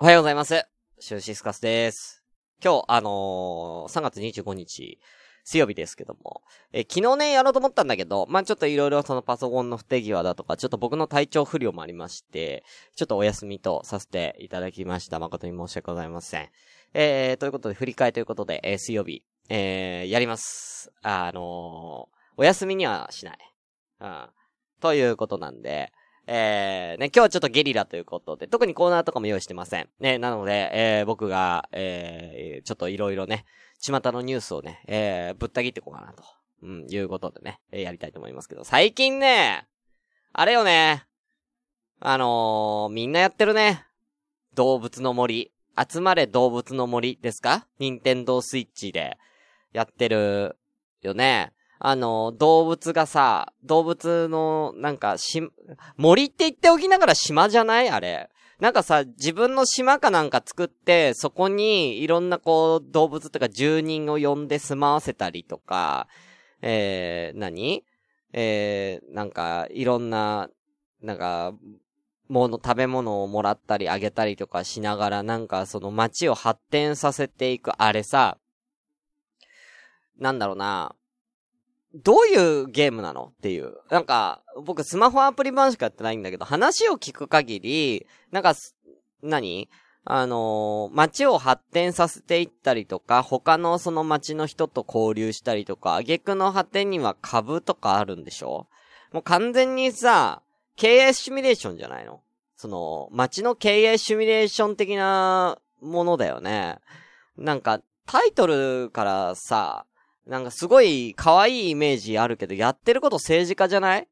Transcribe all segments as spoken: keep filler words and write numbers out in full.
おはようございます。シューシスカスです。今日、あのー、さんがつにじゅうごにち、水曜日ですけども、え昨日ね、やろうと思ったんだけど、まあ、ちょっといろいろそのパソコンの不手際だとか、ちょっと僕の体調不良もありまして、ちょっとお休みとさせていただきました。誠に申し訳ございません。えー、ということで、振り替えということで、えー、水曜日、えー、やります。あのー、お休みにはしない。うん。ということなんで、えー、ね、今日はちょっとゲリラということで、特にコーナーとかも用意してません。ね、なので、えー、僕が、えー、ちょっといろいろね、巷のニュースをね、えー、ぶった切っていこうかなと、うん、いうことでね、えー、やりたいと思いますけど、最近ね、あれよね、あのー、みんなやってるね。動物の森。集まれ動物の森ですか？任天堂スイッチでやってるよね。あの、動物がさ、動物の、なんか、し、森って言っておきながら島じゃない？あれ。なんかさ、自分の島かなんか作って、そこにいろんなこう、動物とか住人を呼んで住まわせたりとか、えー、何？えー、なんか、いろんな、なんか、もの、食べ物をもらったりあげたりとかしながら、なんかその街を発展させていく、あれさ、なんだろうな、どういうゲームなのっていう。なんか、僕スマホアプリ版しかやってないんだけど、話を聞く限り、なんか、何？あのー、街を発展させていったりとか、他のその街の人と交流したりとか、挙句の果てには株とかあるんでしょ？もう完全にさ、経営シミュレーションじゃないの？その、街の経営シミュレーション的なものだよね。なんか、タイトルからさ、なんかすごい可愛いイメージあるけど、やってること政治家じゃない？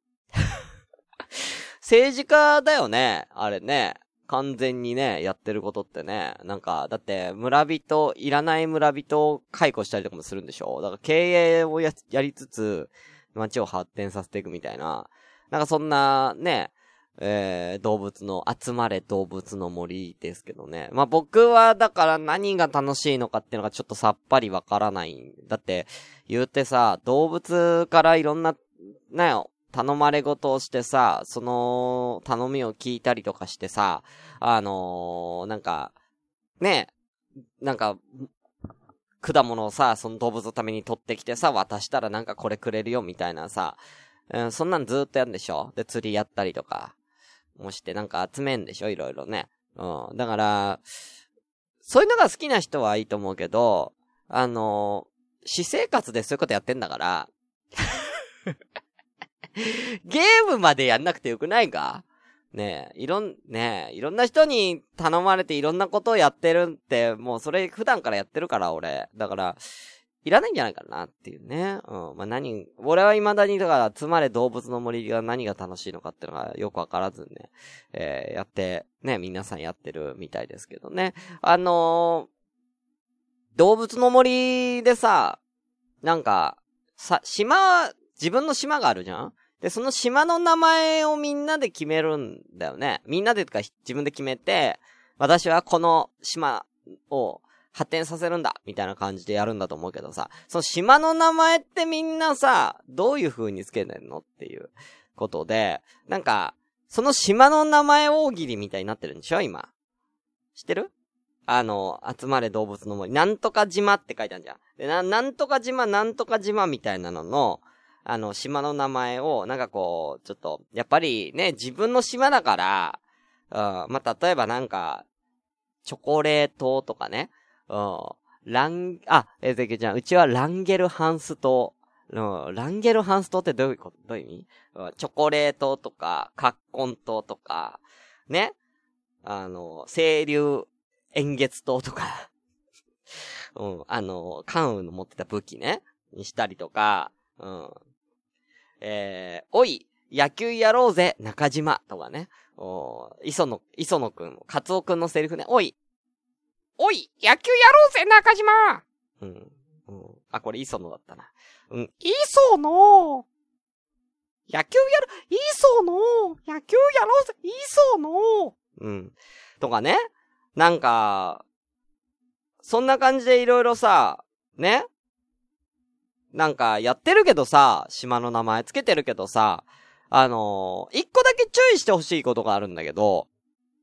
政治家だよね、あれね。完全にね、やってることってね。なんか、だって村人、いらない村人を解雇したりとかもするんでしょ？だから経営をや、やりつつ、街を発展させていくみたいな。なんかそんな、ね、えー、動物の、集まれ動物の森ですけどね。まあ、僕はだから何が楽しいのかっていうのがちょっとさっぱりわからない。だって、言うてさ、動物からいろんな、なよ、頼まれ事をしてさ、その、頼みを聞いたりとかしてさ、あのー、なんか、ね、なんか、果物をさ、その動物のために取ってきてさ、渡したらなんかこれくれるよみたいなさ、うん、そんなんずーっとやるんでしょ？で、釣りやったりとか。もしてなんか集めんでしょ、いろいろね。うん。だから、そういうのが好きな人はいいと思うけど、あのー、私生活でそういうことやってんだから、ゲームまでやんなくてよくないか？ねえ、いろん、ねえ、いろんな人に頼まれていろんなことをやってるって、もうそれ普段からやってるから、俺。だから、いらないんじゃないかなっていうね。うん。まあ、何、俺は未だにだから、つまり動物の森が何が楽しいのかっていうのがよくわからずね、えー、やって、ね、皆さんやってるみたいですけどね。あのー、動物の森でさ、なんか、さ、島、自分の島があるじゃん？で、その島の名前をみんなで決めるんだよね。みんなでとか自分で決めて、私はこの島を、発展させるんだみたいな感じでやるんだと思うけどさ、その島の名前ってみんなさ、どういう風につけてんのっていうことで、なんか、その島の名前大喜利みたいになってるんでしょ今。知ってる？あの、集まれ動物の森。なんとか島って書いてあるじゃん。で、な、なんとか島、なんとか島みたいなのの、あの、島の名前を、なんかこう、ちょっと、やっぱりね、自分の島だから、うん、まあ、例えばなんか、チョコレートとかね、うん。ラン、あ、えー、ぜきちゃん、うちはランゲルハンス島。うん、ランゲルハンス島ってどういうこと？どういう意味？うん、チョコレートとか、カッコン島とか、ね。あの、清流円月島とか、うん、あの、関羽の持ってた武器ね、にしたりとか、うん。えー、おい、野球やろうぜ、中島とかね。お磯野、磯野くん、カツオくんのセリフね。おい、おい、野球やろうぜ、中島。うん。うん。あ、これ、磯野だったな。うん。磯野。野球やる、磯野。野球やろうぜ、磯野。うん。とかね。なんか、そんな感じでいろいろさ、ね。なんか、やってるけどさ、島の名前つけてるけどさ、あのー、一個だけ注意してほしいことがあるんだけど、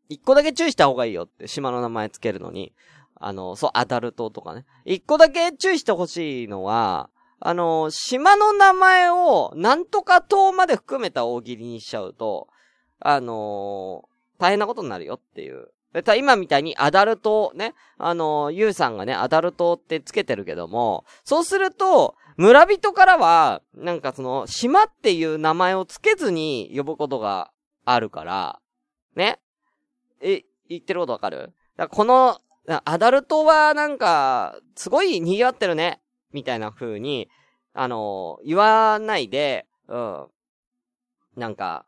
一個だけ注意した方がいいよって、島の名前つけるのに。あの、そう、アダルトとかね。一個だけ注意してほしいのは、あの、島の名前をなんとか島まで含めた大喜利にしちゃうと、あのー、大変なことになるよっていう。今みたいにアダルトね、あのー、ゆうさんがね、アダルトってつけてるけども、そうすると、村人からは、なんかその、島っていう名前をつけずに呼ぶことがあるから、ね。え、言ってることわかる？だからこの、アダルトはなんか、すごい賑わってるね。みたいな風に、あのー、言わないで、うん。なんか、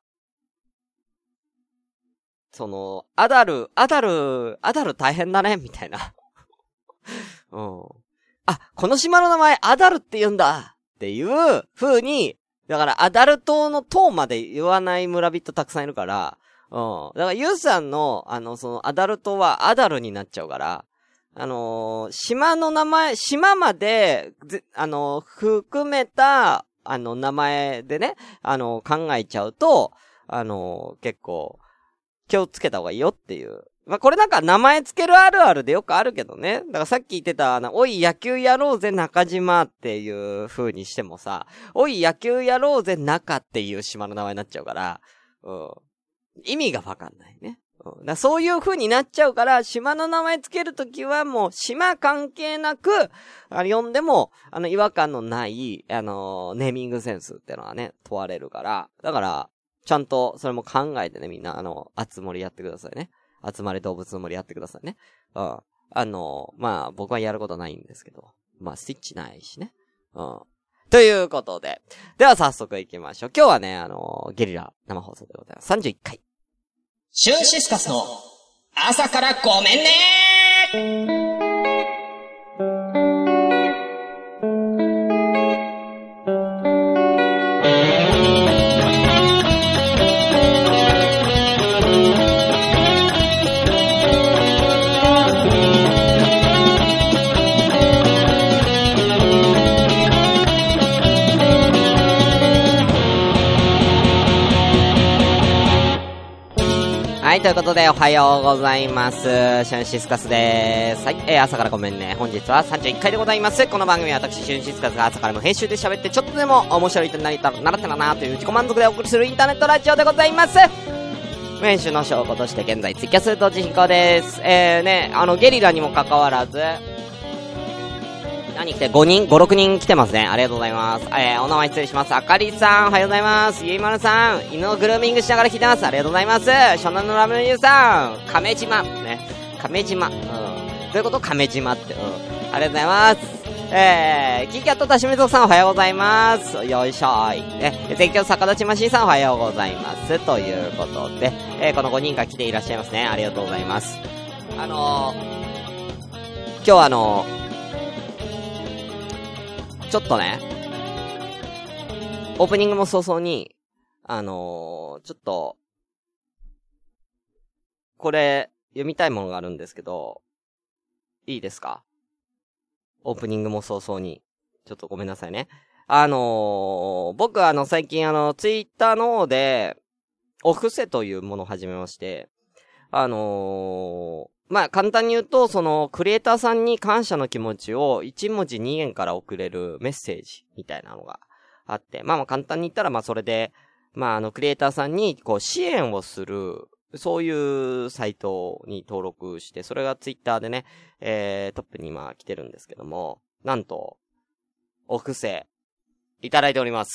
その、アダル、アダル、アダル大変だね、みたいな。うん。あ、この島の名前アダルって言うんだっていう風に、だからアダルトの塔まで言わない村人たくさんいるから、うん。だからユウさんの、あの、そのアダルトはアダルになっちゃうから、あのー、島の名前、島まで、あのー、含めた、あの、名前でね、あのー、考えちゃうと、あのー、結構、気をつけた方がいいよっていう。まあ、これなんか名前つけるあるあるでよくあるけどね。だからさっき言ってた、あの、おい野球やろうぜ中島っていう風にしてもさ、おい野球やろうぜ中っていう島の名前になっちゃうから、うん。意味がわかんないね。うん、だそういう風になっちゃうから、島の名前つけるときはもう、島関係なく、あの、読んでも、あの、違和感のない、あのー、ネーミングセンスってのはね、問われるから、だから、ちゃんと、それも考えてね、みんな、あの、あつ森やってくださいね。集まれ動物の森やってくださいね。うん。あのー、まあ、僕はやることないんですけど、まあ、スイッチないしね。うん。ということで。では早速行きましょう。今日はね、あのー、ゲリラ生放送でございます。さんじゅういっかい。 シュンシスカスの朝からごめんねー。 はい、ということで、おはようございます。シュンシスカスでーす。はい、えー、朝からごめんね。本日はさんじゅういっかいでございます。この番組は私、シュンシスカスが朝からの編集で喋って、ちょっとでも面白いとなりた、ならったらなという自己満足でお送りするインターネットラジオでございます。編集の証拠として現在ツイキャス同時進行です。えーね、あの、ゲリラにもかかわらず、何来てごにん ?ご、ろくにん来てますね。ありがとうございます。えー、お名前失礼します。あかりさん、おはようございます。ゆいまるさん、犬のグルーミングしながら聞いてます。ありがとうございます。湘南のラムネユーさん、亀島。ね。亀島。うん。どういうこと亀島って。うん。ありがとうございます。えー、キーキャットタシメゾさん、おはようございます。よいしょーい。ね。全教逆立ちマシーさん、おはようございます。ということで、えー、このごにんが来ていらっしゃいますね。ありがとうございます。あのー、今日はあのー、ちょっとね、オープニングも早々に、あのー、ちょっと、これ、読みたいものがあるんですけど、いいですか？オープニングも早々に。ちょっとごめんなさいね。あのー、僕あの、最近あの、ツイッターの方で、お布施というものを始めまして、あのー、まあ、簡単に言うと、その、クリエイターさんに感謝の気持ちをいち文字にえんから送れるメッセージみたいなのがあって、まあまあ簡単に言ったら、まあそれで、まああの、クリエイターさんに、こう、支援をする、そういうサイトに登録して、それがツイッターでね、えー、トップに今来てるんですけども、なんと、お布施、いただいております。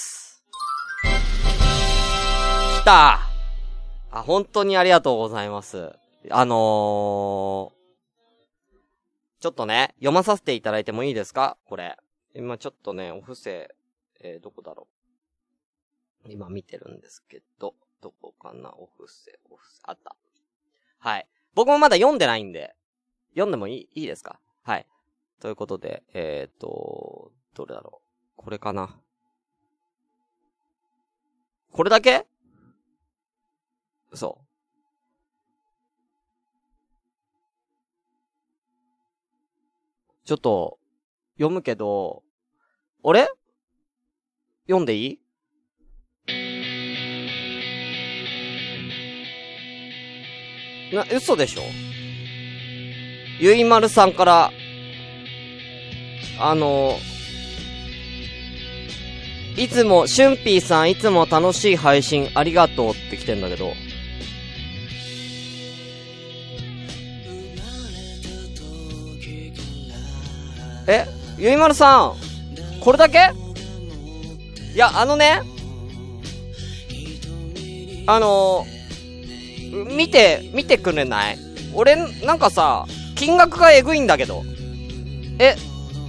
来た！あ、本当にありがとうございます。あのー、ちょっとね、読まさせていただいてもいいですか？これ。今ちょっとね、お布施、えー、どこだろう。今見てるんですけど、どこかな？お布施、お布施、あった。はい。僕もまだ読んでないんで、読んでもいい、いいですか？はい。ということで、えーと、どれだろう。これかな。これだけ？そう。ちょっと、読むけど、あれ？読んでいい？ な、嘘でしょ？ゆいまるさんから、あの、いつも、しゅんぴーさんいつも楽しい配信ありがとうって来てんだけど。え？ゆいまるさん、これだけ？いや、あのね、あのー、見て、見てくれない？俺、なんかさ、金額がえぐいんだけど。え、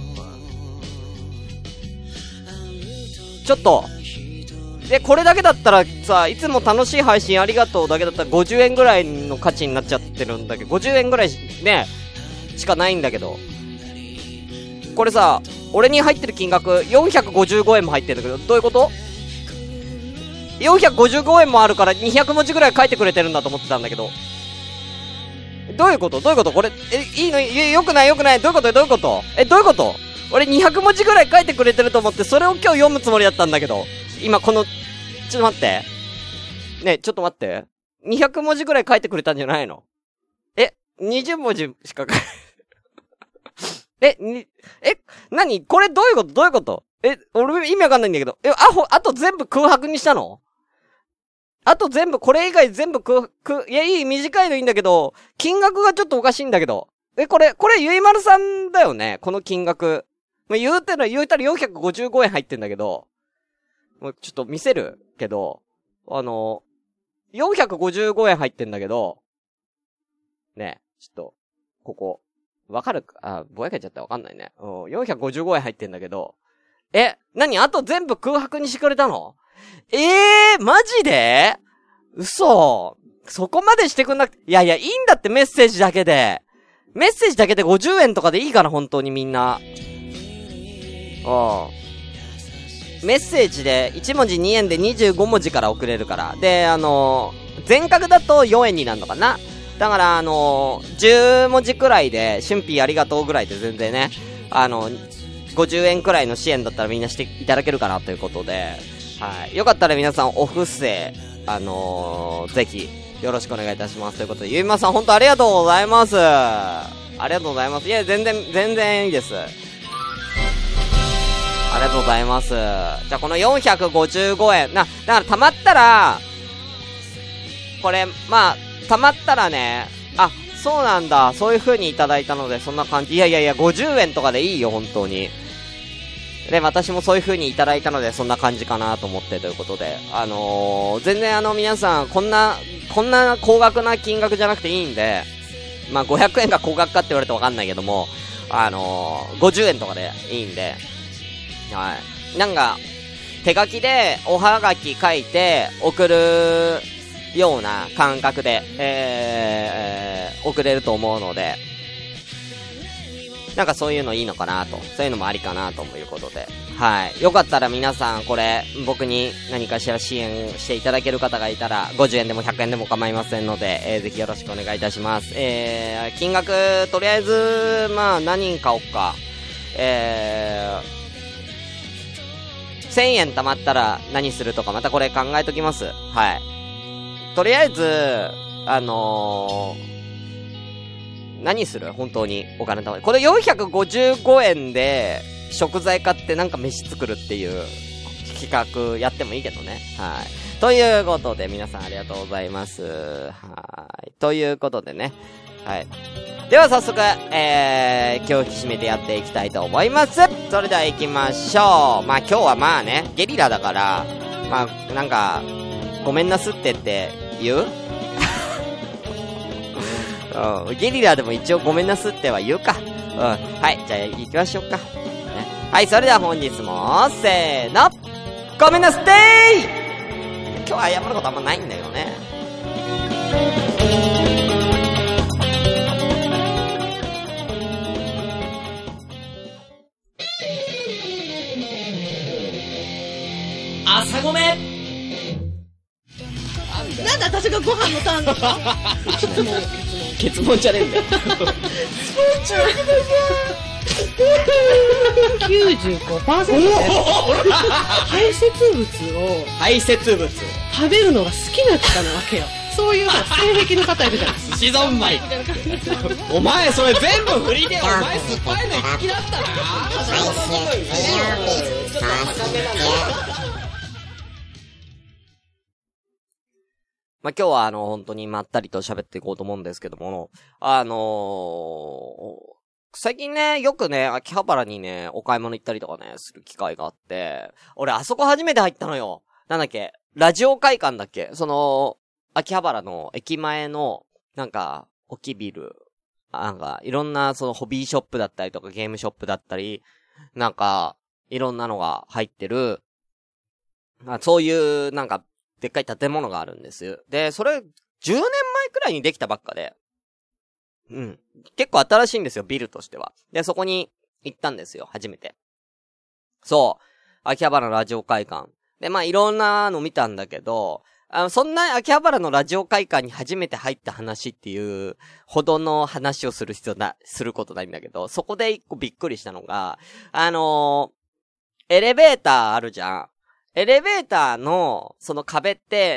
ちょっと。で、これだけだったらさ、いつも楽しい配信ありがとうだけだったらごじゅうえんぐらいの価値になっちゃってるんだけど、ごじゅうえんぐらいね、しかないんだけど。これさ、俺に入ってる金額よんひゃくごじゅうごえんも入ってるんだけど、どういうこと？よんひゃくごじゅうごえんもあるからにひゃくもじぐらい書いてくれてるんだと思ってたんだけど。どういうこと？どういうこと？これ、え、いいの？よくないよくない？どういうこと？どういうこと？え、どういうこと？俺にひゃくもじぐらい書いてくれてると思って、それを今日読むつもりだったんだけど。今この、ちょっと待って。ねえ、ちょっと待って。にひゃくもじぐらい書いてくれたんじゃないの？え、にじゅうもじしか書いえ、に、え、なに？これどういうこと？どういうこと？え、俺意味わかんないんだけど。え、あほ、あと全部空白にしたの？あと全部、これ以外全部空、空、いや、いい、短いのいいんだけど、金額がちょっとおかしいんだけど。え、これ、これゆいまるさんだよね？この金額。まあ、言うてのは、言うたらよんひゃくごじゅうごえん入ってんだけど、もうちょっと見せるけど、あの、よんひゃくごじゅうごえん入ってんだけど、ね、ちょっと、ここ、わかるか、あ、ぼやけちゃったらわかんないね。うん、よんひゃくごじゅうごえん入ってんだけど、え、なに？あと全部空白にしてくれたの？ええー、マジで？嘘。そこまでしてくんなくて、いやいや、いいんだってメッセージだけで。メッセージだけでごじゅうえんとかでいいから、本当にみんな。うん。メッセージでいちもじにえんでにじゅうごもじから送れるから。で、あのー、全角だとよんえんになるのかな？だから、あのー、じゅうもじくらいで、しゅんぴーありがとうぐらいで全然ね、あのー、ごじゅうえんくらいの支援だったらみんなしていただけるかなということで、はい。よかったら皆さんお布施、あのー、ぜひ、よろしくお願いいたします。ということで、ゆいまさん本当ありがとうございます。ありがとうございます。いや、全然、全然いいです。ありがとうございます。じゃあこのよんひゃくごじゅうごえん、な、だから溜まったら、これ、まあ、溜まったらね、あ、そうなんだ、そういう風にいただいたので、そんな感じ。いやいやいや、ごじゅうえんとかでいいよ、本当に。で、私もそういう風にいただいたので、そんな感じかなと思ってということで、あのー、全然あの皆さん、こんな、こんな高額な金額じゃなくていいんで、まあごひゃくえんが高額かって言われてわかんないけども、あのー、ごじゅうえんとかでいいんで、はい。なんか、手書きでおはがき書いて送るような感覚で、えー、送れると思うので、なんかそういうのいいのかなと。そういうのもありかなということで。はい。よかったら皆さんこれ、僕に何かしら支援していただける方がいたら、ごじゅうえんでもひゃくえんでも構いませんので、えー、ぜひよろしくお願いいたします。えー、金額、とりあえず、まあ何人買おっか。えー、せんえん貯まったら何するとかまたこれ考えときます。はい。とりあえず、あのー、何する？本当にお金貯まる。これよんひゃくごじゅうごえんで食材買ってなんか飯作るっていう企画やってもいいけどね。はい。ということで皆さんありがとうございます。はい。ということでね。はい。では早速、えー、今日引き締めてやっていきたいと思います。それでは行きましょう。まあ今日はまあね、ゲリラだから、まあなんか、ごめんなすってって言う？うん、ゲリラでも一応ごめんなすっては言うか。うん。はい。じゃあ行きましょうか。ね、はい。それでは本日も、せーの。ごめんなすってー！今日は謝ることあんまないんだよね。 朝ごめんなんで私がご飯のターンとかいつもケツモンじゃねえんだよきゅうじゅうごパーセント 排泄物を排泄物食べるのが好きな方なわけよ。 そういう性癖の方いるじゃん。 寿司三昧。お前それ全部振りで、お前酸っぱいの好きだったな。 毎週金曜日更新中。 まあ、今日はあの、本当にまったりと喋っていこうと思うんですけども、あのー、最近ね、よくね、秋葉原にね、お買い物行ったりとかね、する機会があって、俺あそこ初めて入ったのよ。なんだっけ、ラジオ会館だっけ、その、秋葉原の駅前の、なんか、大きいビル、なんか、いろんなそのホビーショップだったりとかゲームショップだったり、なんか、いろんなのが入ってる、あ、そういう、なんか、でっかい建物があるんです。で、それ、じゅうねんまえくらいにできたばっかで、うん。結構新しいんですよ、ビルとしては。で、そこに行ったんですよ、初めて。そう。秋葉原のラジオ会館。で、まあ、いろんなの見たんだけど、あの、そんな秋葉原のラジオ会館に初めて入った話っていうほどの話をする必要な、することないんだけど、そこで一個びっくりしたのが、あのー、エレベーターあるじゃん。エレベーターの、その壁って、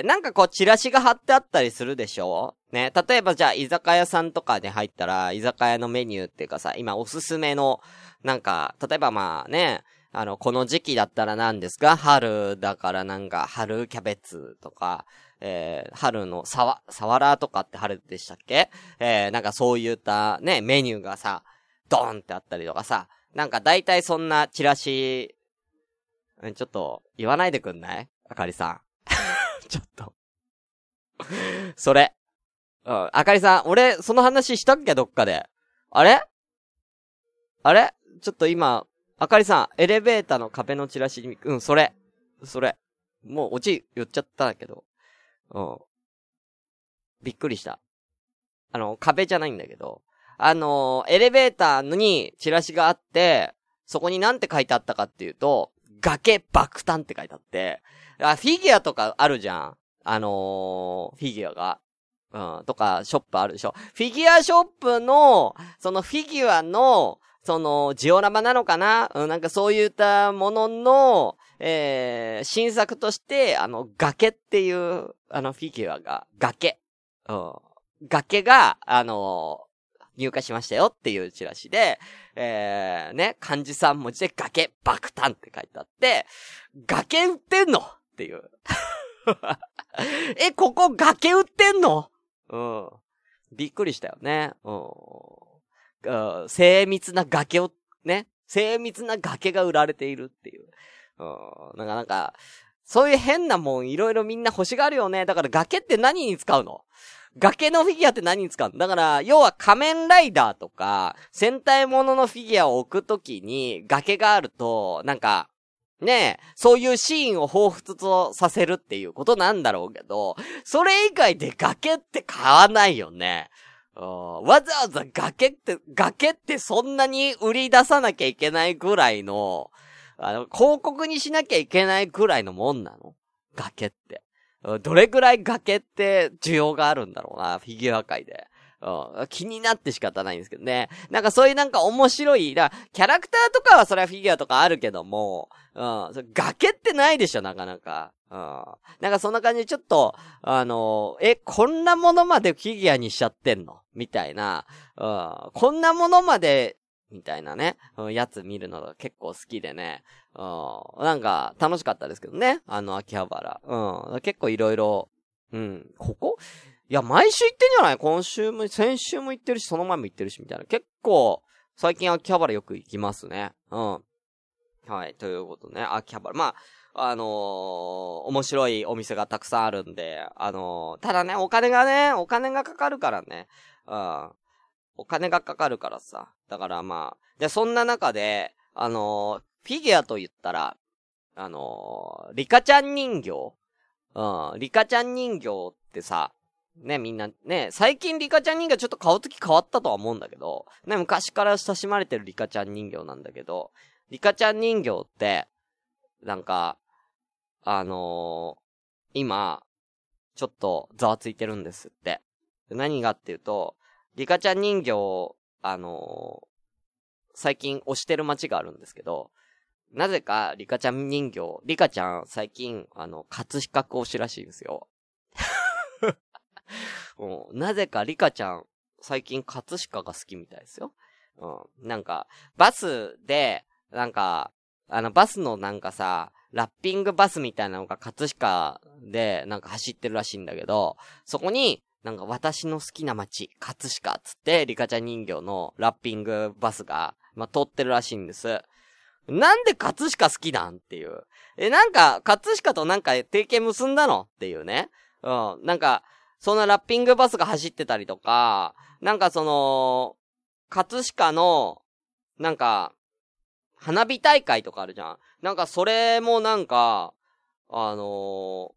なんかこう、チラシが貼ってあったりするでしょ？ね。例えばじゃあ、居酒屋さんとかで入ったら、居酒屋のメニューっていうかさ、今おすすめの、なんか、例えばまあね、あの、この時期だったら何ですか？春だからなんか、春キャベツとか、えー、春のサワ、サワラとかって春でしたっけ？えー、なんかそういったね、メニューがさ、ドーンってあったりとかさ、なんか大体そんなチラシ、ちょっと、言わないでくんない？あかりさん。ちょっと。それ。うん。あかりさん、俺、その話したっけどっかで。あれあれちょっと今、あかりさん、エレベーターの壁のチラシに、うん、それ。それ。もう、オチ言っちゃったんだけど。うん。びっくりした。あの、壁じゃないんだけど。あの、エレベーターにチラシがあって、そこになんて書いてあったかっていうと、崖爆誕って書いてあって、あ、フィギュアとかあるじゃん。あのー、フィギュアが。うん、とか、ショップあるでしょ。フィギュアショップの、そのフィギュアの、その、ジオラマなのかな、うん、なんかそういったものの、えー、新作として、あの、崖っていう、あの、フィギュアが、崖。うん。崖が、あのー、入荷しましたよっていうチラシで、えー、ね、漢字さん文字で崖爆誕って書いてあって、崖売ってんのっていう。え、ここ崖売ってんの？うん。びっくりしたよね。うん。精密な崖を、ね、精密な崖が売られているっていう。うん。なんかなんか、そういう変なもんいろいろみんな欲しがるよね。だから崖って何に使うの？崖のフィギュアって何に使うの？だから、要は仮面ライダーとか、戦隊もののフィギュアを置くときに、崖があると、なんか、ねえ、そういうシーンを彷彿とさせるっていうことなんだろうけど、それ以外で崖って買わないよね。わざわざ崖って、崖ってそんなに売り出さなきゃいけないぐらいの、あの、広告にしなきゃいけないぐらいのもんなの？崖って。どれぐらい崖って需要があるんだろうな、フィギュア界で。うん、気になって仕方ないんですけどね。なんかそういうなんか面白い、だキャラクターとかはそれはフィギュアとかあるけども、うん、それ崖ってないでしょ、なかなか。うん。なんかそんな感じでちょっと、あのー、え、こんなものまでフィギュアにしちゃってんの？みたいな、うん。こんなものまで、みたいなね、うん、やつ見るのが結構好きでね、うん。なんか楽しかったですけどね、あの秋葉原。うん。結構いろいろ、うん。ここ？いや、毎週行ってんじゃない？今週も、先週も行ってるし、その前も行ってるし、みたいな。結構、最近秋葉原よく行きますね。うん。はい。ということね、秋葉原。まあ、あのー、面白いお店がたくさんあるんで、あのー、ただね、お金がね、お金がかかるからね。うん。お金がかかるからさ。だからまあ、で、そんな中で、あのー、フィギュアと言ったら、あのー、リカちゃん人形？うん。リカちゃん人形ってさ、ね、みんな、ね、最近リカちゃん人形ちょっと顔つき変わったとは思うんだけど、ね、昔から親しまれてるリカちゃん人形なんだけど、リカちゃん人形って、なんか、あのー、今、ちょっとざわついてるんですって。何がっていうと、リカちゃん人形、あのー、最近推してる街があるんですけど、なぜかリカちゃん人形、リカちゃん最近、あの、葛飾区推しらしいんですよ。 うん、なぜかリカちゃん、最近葛飾が好きみたいですよ。うん。なんか、バスで、なんか、あの、バスのなんかさ、ラッピングバスみたいなのが葛飾で、なんか走ってるらしいんだけど、そこに、なんか私の好きな街、葛飾つって、リカちゃん人形のラッピングバスが、まあ、通ってるらしいんです。なんで葛飾好きなんっていう。え、なんか、葛飾となんか提携結んだのっていうね。うん。なんか、そんなラッピングバスが走ってたりとか、なんかその、葛飾の、なんか、花火大会とかあるじゃん。なんかそれもなんか、あの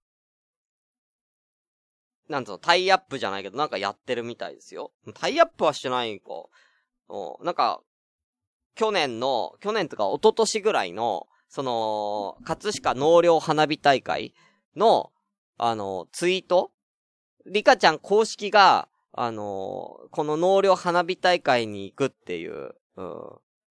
ー、なんつうの、タイアップじゃないけど、なんかやってるみたいですよ。タイアップはしてないか。うん。なんか、去年の、去年とか一昨年ぐらいの、その、葛飾納涼花火大会の、あの、ツイートリカちゃん公式が、あのー、この納涼花火大会に行くっていう、うん。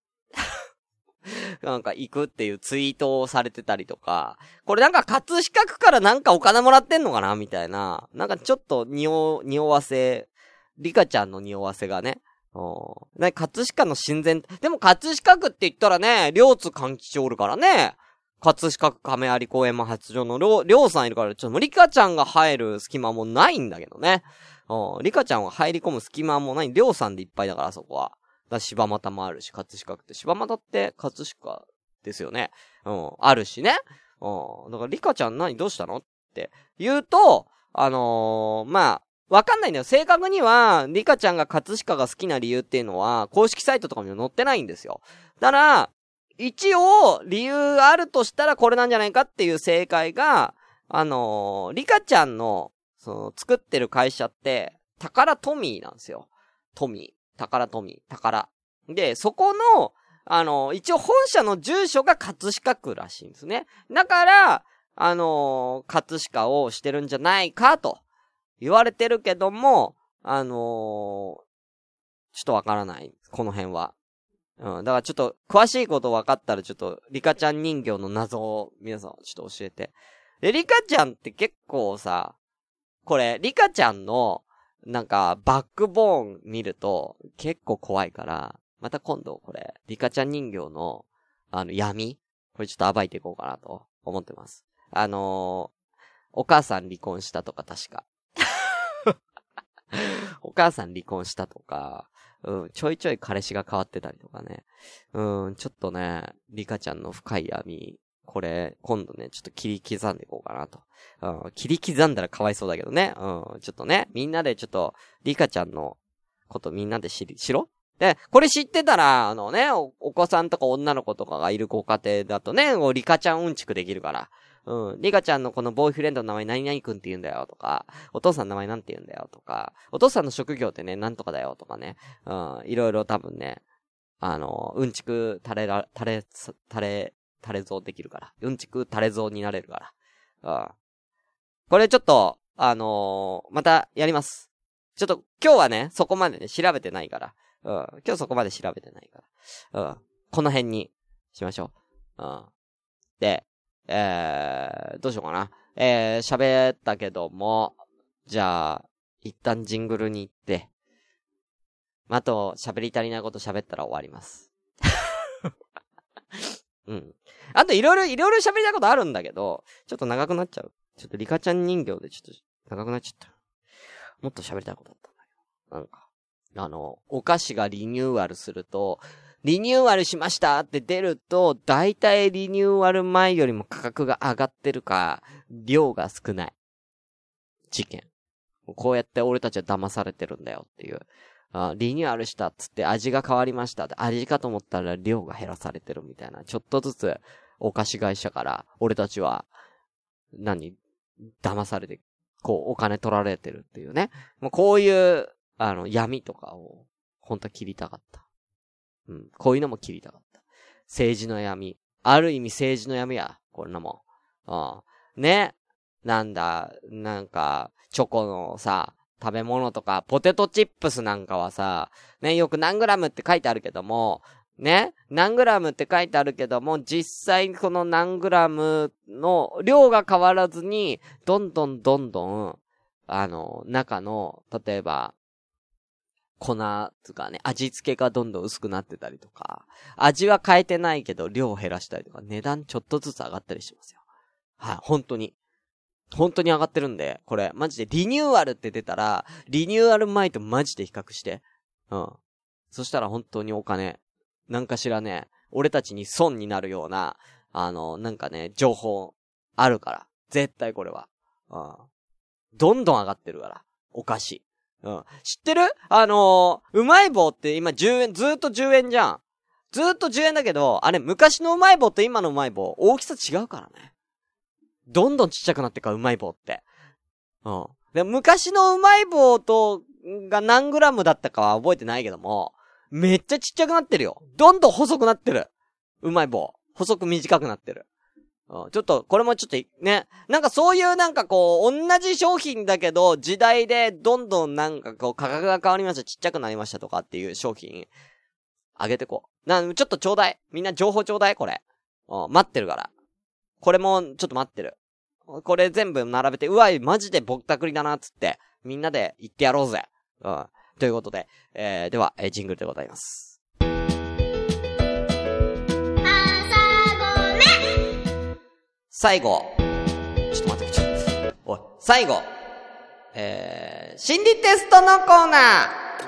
なんか行くっていうツイートをされてたりとか、これなんか葛飾区からなんかお金もらってんのかなみたいな。なんかちょっと匂、匂わせ、リカちゃんの匂わせがね。うん。ね、葛飾の親善、でも葛飾区って言ったらね、両津勘吉おるからね。葛飾区亀有公園も発情の両、両さんいるから、ちょっとリカちゃんが入る隙間もないんだけどね。うん。リカちゃんは入り込む隙間もない。両さんでいっぱいだから、そこは。だ柴又もあるし、葛飾区って。柴又って葛飾ですよね。うん。あるしね。うん。だからリカちゃん何どうしたのって言うと、あのー、まあ、わかんないんだよ。正確には、リカちゃんが葛飾が好きな理由っていうのは、公式サイトとかにも載ってないんですよ。だから、一応、理由あるとしたらこれなんじゃないかっていう正解が、あのー、リカちゃんの、その、作ってる会社って、宝トミーなんですよ。トミー。宝トミー。宝。で、そこの、あのー、一応本社の住所が葛飾区らしいんですね。だから、あのー、葛飾をしてるんじゃないかと言われてるけども、あのー、ちょっとわからない。この辺は。うん。だからちょっと、詳しいこと分かったらちょっと、リカちゃん人形の謎を皆さんちょっと教えて。で、リカちゃんって結構さ、これ、リカちゃんの、なんか、バックボーン見ると、結構怖いから、また今度これ、リカちゃん人形の、あの、闇これちょっと暴いていこうかなと思ってます。あのー、お母さん離婚したとか確か。お母さん離婚したとか、うん、ちょいちょい彼氏が変わってたりとかね。うん、ちょっとね、リカちゃんの深い闇、これ、今度ね、ちょっと切り刻んでいこうかなと。うん、切り刻んだらかわいそうだけどね。うん、ちょっとね、みんなでちょっと、リカちゃんのことみんなで知り、しろで、これ知ってたら、あのねお、お子さんとか女の子とかがいるご家庭だとね、リカちゃんうんちくできるから。うん。リカちゃんのこのボーイフレンドの名前何々くんって言うんだよとか、お父さんの名前なんて言うんだよとか、お父さんの職業ってね、なんとかだよとかね。うん。いろいろ多分ね、あの、うんちく垂れら、垂れ、垂れ、垂れ像できるから。うんちく垂れ像になれるから。うん。これちょっと、あのー、またやります。ちょっと今日はね、そこまでね、調べてないから。うん。今日そこまで調べてないから。うん。この辺にしましょう。うん。で、えー、どうしようかな。えー、喋ったけども、じゃあ、一旦ジングルに行って、あと、喋り足りないこと喋ったら終わります。うん。あと、いろいろ、いろいろ喋りたいことあるんだけど、ちょっと長くなっちゃう。ちょっとリカちゃん人形でちょっと長くなっちゃった。もっと喋りたいことあったんだけど。なんか、あの、お菓子がリニューアルすると、リニューアルしましたって出ると、だいたいリニューアル前よりも価格が上がってるか、量が少ない。事件。こうやって俺たちは騙されてるんだよっていう。あリニューアルしたっつって味が変わりましたって味かと思ったら量が減らされてるみたいな。ちょっとずつお菓子会社から俺たちは、何騙されて、こうお金取られてるっていうね。もうこういう、あの、闇とかを、本当は切りたかった。うん。こういうのも切りたかった。政治の闇。ある意味政治の闇や。こんなもん。うん。ね。なんだ、なんか、チョコのさ、食べ物とか、ポテトチップスなんかはさ、ね、よく何グラムって書いてあるけども、ね、何グラムって書いてあるけども、実際この何グラムの量が変わらずに、どんどんどんどん、 あの、中の、例えば、粉とかね、味付けがどんどん薄くなってたりとか、味は変えてないけど量を減らしたりとか、値段ちょっとずつ上がったりしますよ。はい、本当に。本当に上がってるんで、これ、マジでリニューアルって出たら、リニューアル前とマジで比較して。うん。そしたら本当にお金、なんかしらね、俺たちに損になるような、あの、なんかね、情報、あるから。絶対これは。うん。どんどん上がってるから。お菓子。うん。知ってる？あのー、うまい棒って今じゅうえん、ずーっとじゅうえんじゃん。ずーっとじゅうえんだけど、あれ昔のうまい棒と今のうまい棒、大きさ違うからね。どんどんちっちゃくなってか、うまい棒って。うん。で、昔のうまい棒と、が何グラムだったかは覚えてないけども、めっちゃちっちゃくなってるよ。どんどん細くなってる。うまい棒。細く短くなってる。うん、ちょっと、これもちょっと、ね。なんかそういうなんかこう、同じ商品だけど、時代でどんどんなんかこう、価格が変わりました、ちっちゃくなりましたとかっていう商品、あげてこう。な、ちょっとちょうだい。みんな情報ちょうだい、これ。うん、待ってるから。これも、ちょっと待ってる。これ全部並べて、うわい、マジでぼったくりだな、つって、みんなで言ってやろうぜ。うん。ということで、えー、では、えー、ジングルでございます。最後。ちょっと待って、ちょっと。おい、最後。えー、心理テストのコーナー。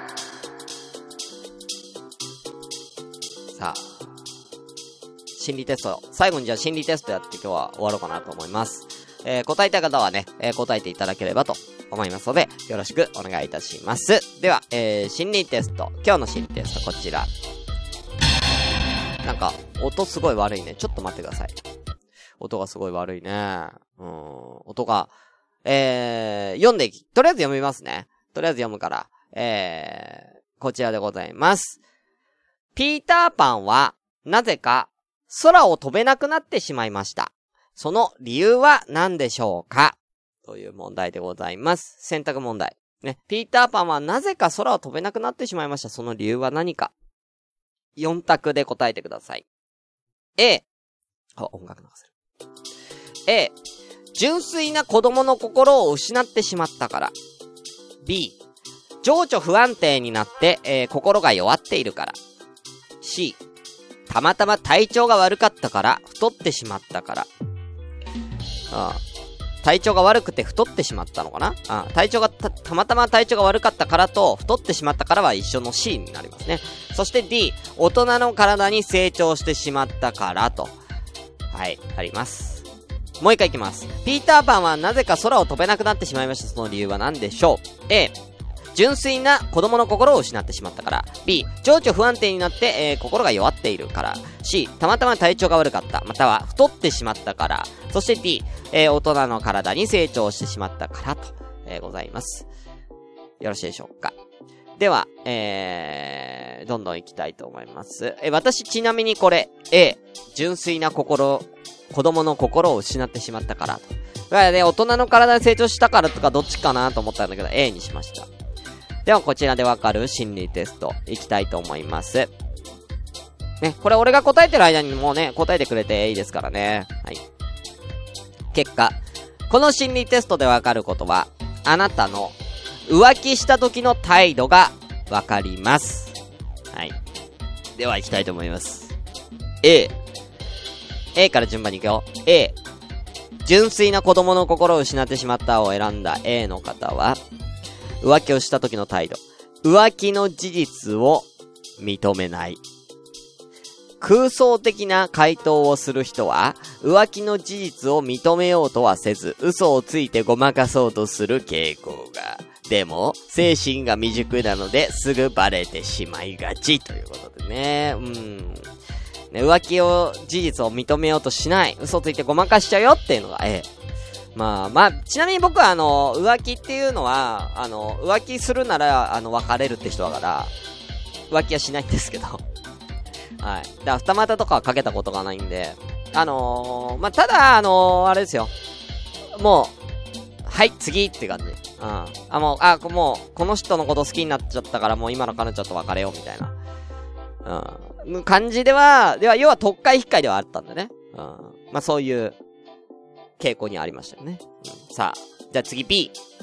さあ。心理テスト。最後にじゃあ心理テストやって今日は終わろうかなと思います。えー、答えたい方はね、えー、答えていただければと思いますので、よろしくお願いいたします。では、えー、心理テスト。今日の心理テストこちら。なんか、音すごい悪いね。ちょっと待ってください。音がすごい悪いね。うん。音が、えー、読んでいき、とりあえず読みますね。とりあえず読むから。えー、こちらでございます。ピーターパンは、なぜか、空を飛べなくなってしまいました。その理由は何でしょうか？という問題でございます。選択問題。ね。ピーターパンはなぜか空を飛べなくなってしまいました。その理由は何か？よん択で答えてください。A。あ、音楽流せる。A、純粋な子供の心を失ってしまったから。B、情緒不安定になって、えー、心が弱っているから。C、たまたま体調が悪かったから太ってしまったから。ああ、体調が悪くて太ってしまったのかな。ああ、体調がた、たまたま体調が悪かったからと太ってしまったからは一緒の C になりますね。そして D、大人の体に成長してしまったからと。はい、あります。もう一回いきます。ピーターパンはなぜか空を飛べなくなってしまいました。その理由は何でしょう？ A、純粋な子供の心を失ってしまったから。B、情緒不安定になって、えー、心が弱っているから。C、たまたま体調が悪かった。または太ってしまったから。そして D、えー、大人の体に成長してしまったからと、えー、ございます。よろしいでしょうか。では、えー、どんどん行きたいと思います。えー、私ちなみにこれ A、純粋な心、子供の心を失ってしまったからと。だからね、大人の体に成長したからとかどっちかなと思ったんだけど A にしました。ではこちらでわかる心理テストいきたいと思います。ね、これ俺が答えてる間にもうね、答えてくれていいですからね。はい。結果、この心理テストでわかることは、あなたの浮気した時の態度がわかります。はい。では行きたいと思います。A。A から順番に行くよ。A。純粋な子供の心を失ってしまったを選んだ A の方は、浮気をした時の態度。浮気の事実を認めない。空想的な回答をする人は、浮気の事実を認めようとはせず、嘘をついてごまかそうとする傾向が。でも、精神が未熟なのですぐバレてしまいがちということでね。うん。ね、浮気を、事実を認めようとしない。嘘ついてごまかしちゃうよっていうのが A。まあまあ、ちなみに僕はあの、浮気っていうのは、あの、浮気するなら、あの、別れるって人だから、浮気はしないんですけど。はい。だから二股とかはかけたことがないんで、あのー、まあ、ただ、あのー、あれですよ。もう、はい、次って感じ。うん。あ、もう、あ、もう、この人のこと好きになっちゃったから、もう今の彼女と別れようみたいな。うん。感じでは、では、要は特会引っかいではあったんだね。うん。まあ、そういう、傾向にありましたよね。うん、さあ、じゃあ次 B。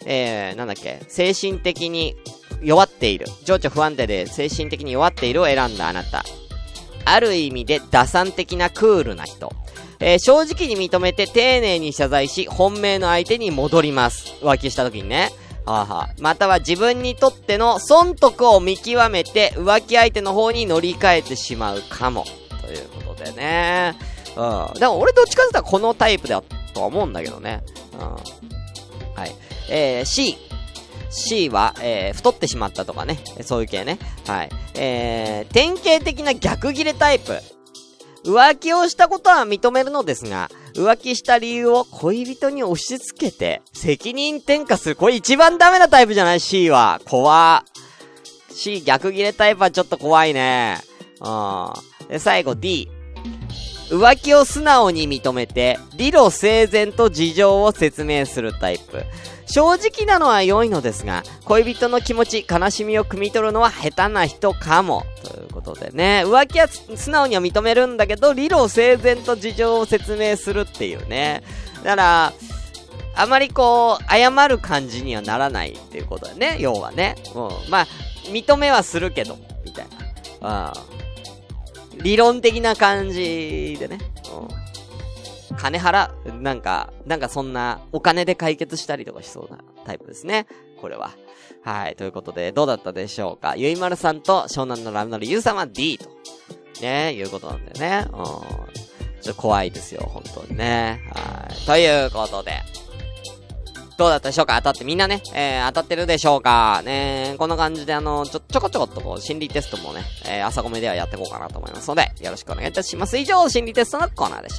えー、なんだっけ、精神的に弱っている。情緒不安定で精神的に弱っているを選んだあなた。ある意味で打算的なクールな人。えー、正直に認めて丁寧に謝罪し、本命の相手に戻ります。浮気した時にね。はあはあ、または自分にとっての損得を見極めて浮気相手の方に乗り換えてしまうかも。ということでね。うん。でも俺どっちかって言ったらこのタイプだとは思うんだけどね。うん。はい。えー、C。C は、えー、太ってしまったとかね。そういう系ね。はい。えー、典型的な逆ギレタイプ。浮気をしたことは認めるのですが、浮気した理由を恋人に押し付けて、責任転嫁する。これ一番ダメなタイプじゃない ?C は。怖。C 逆ギレタイプはちょっと怖いね。うん。で、最後 D。浮気を素直に認めて、理路整然と事情を説明するタイプ。正直なのは良いのですが、恋人の気持ち、悲しみを汲み取るのは下手な人かも。ということでね、浮気は素直には認めるんだけど、理路整然と事情を説明するっていうね。だから、あまりこう、謝る感じにはならないっていうことだね、要はね。うん。まあ、認めはするけど、みたいな。うん。理論的な感じでね。うん。金払う、なんか、なんかそんな、お金で解決したりとかしそうなタイプですね。これは。はい。ということで、どうだったでしょうか。ゆいまるさんと湘南のラムのりゆうさんは D と。ね、いうことなんだよね。うん。ちょっと怖いですよ、本当にね。はい。ということで。どうだったでしょうか。当たってみんなね、えー、当たってるでしょうか。ね、こんな感じであの、ちょ、ちょこちょこっとこう、心理テストもね、えー、朝ごめではやっていこうかなと思いますので、よろしくお願いいたします。以上、心理テストのコーナーでした。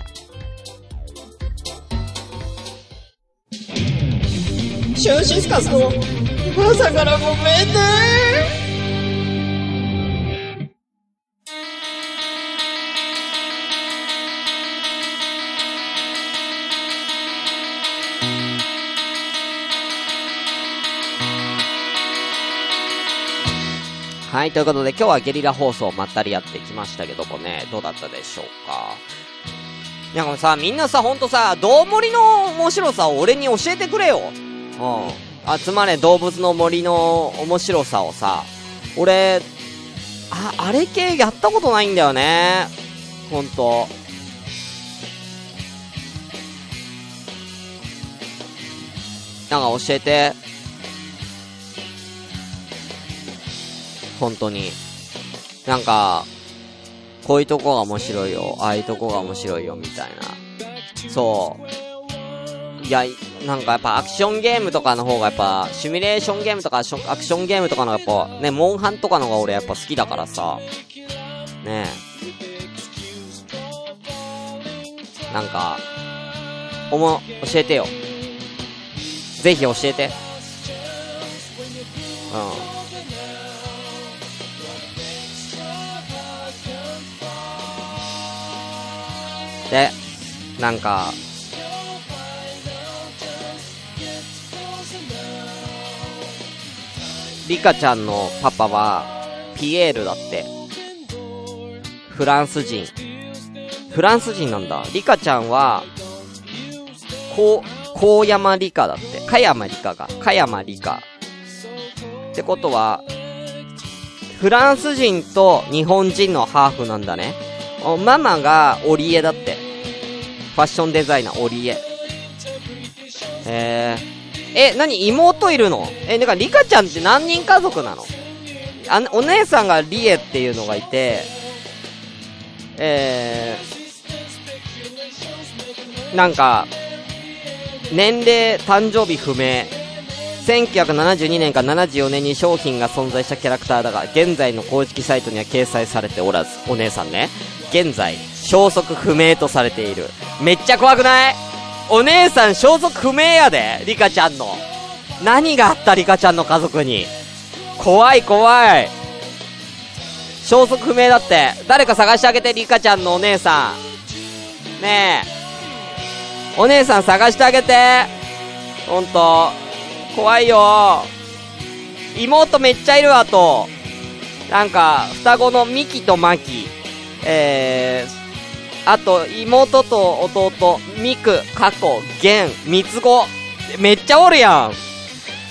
シュンシスカスの朝からごめんね。 はい、ということで今日はゲリラ放送まったりやってきましたけどもね、どうだったでしょうか。いや、これさ、みんなさ、ほんとさ、どうもりの面白さを俺に教えてくれよ。うん。集まれ動物の森の面白さをさ、俺、あ、あれ系やったことないんだよね。ほんと。なんか教えて。本当に。なんか、こういうとこが面白いよ。ああいうとこが面白いよ、みたいな。そう。いや、なんかやっぱアクションゲームとかの方がやっぱ、シミュレーションゲームとかアクションゲームとかのやっぱ、ね、モンハンとかのが俺やっぱ好きだからさ。ねえ。なんか、おも、教えてよ。ぜひ教えて。うん。で、なんか、リカちゃんのパパは、ピエールだって。フランス人。フランス人なんだ。リカちゃんは、こう、高山リカだって。加山リカが。加山リカ。ってことは、フランス人と日本人のハーフなんだね。ママがオリエだって。ファッションデザイナーオリエ。へー。え、なに妹いるの？え、だからリカちゃんって何人家族なの？あ、お姉さんがリエっていうのがいて、えー、なんか、年齢、誕生日不明。せんきゅうひゃくななじゅうにねんからななじゅうよねんに商品が存在したキャラクターだが、現在の公式サイトには掲載されておらず、お姉さんね。現在、消息不明とされている。めっちゃ怖くない？お姉さん消息不明やで、リカちゃんの。何があったリカちゃんの家族に。怖い怖い。消息不明だって。誰か探してあげて、リカちゃんのお姉さん。ねえ。お姉さん探してあげて。ほんと。怖いよ。妹めっちゃいるわと。なんか、双子のミキとマキ。えー、あと、妹と弟、ミク、カコ、ゲン、ミツゴ。めっちゃおるやん。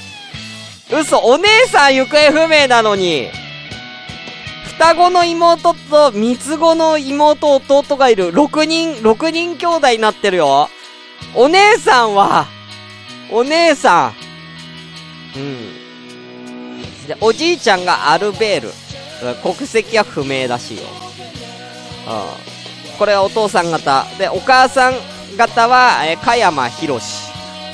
嘘、お姉さん行方不明なのに、双子の妹と三つ子の妹弟がいる。ろくにん、ろくにん兄弟になってるよ。お姉さんは、お姉さん。うん。で、おじいちゃんがアルベール。国籍は不明らしいよ。うん。これはお父さん方。で、お母さん方は、えー、加山博士。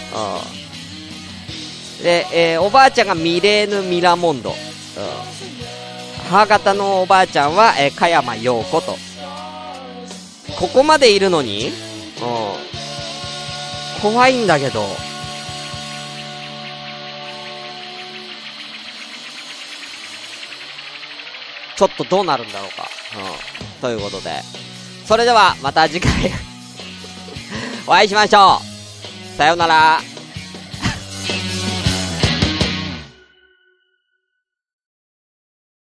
うん。で、えー、おばあちゃんがミレーヌ・ミラモンド。うん。母方のおばあちゃんは、えー、加山陽子と。ここまでいるのに、うん。怖いんだけど。ちょっとどうなるんだろうか。うん。ということで。それでは、また次回、お会いしましょう。さようなら。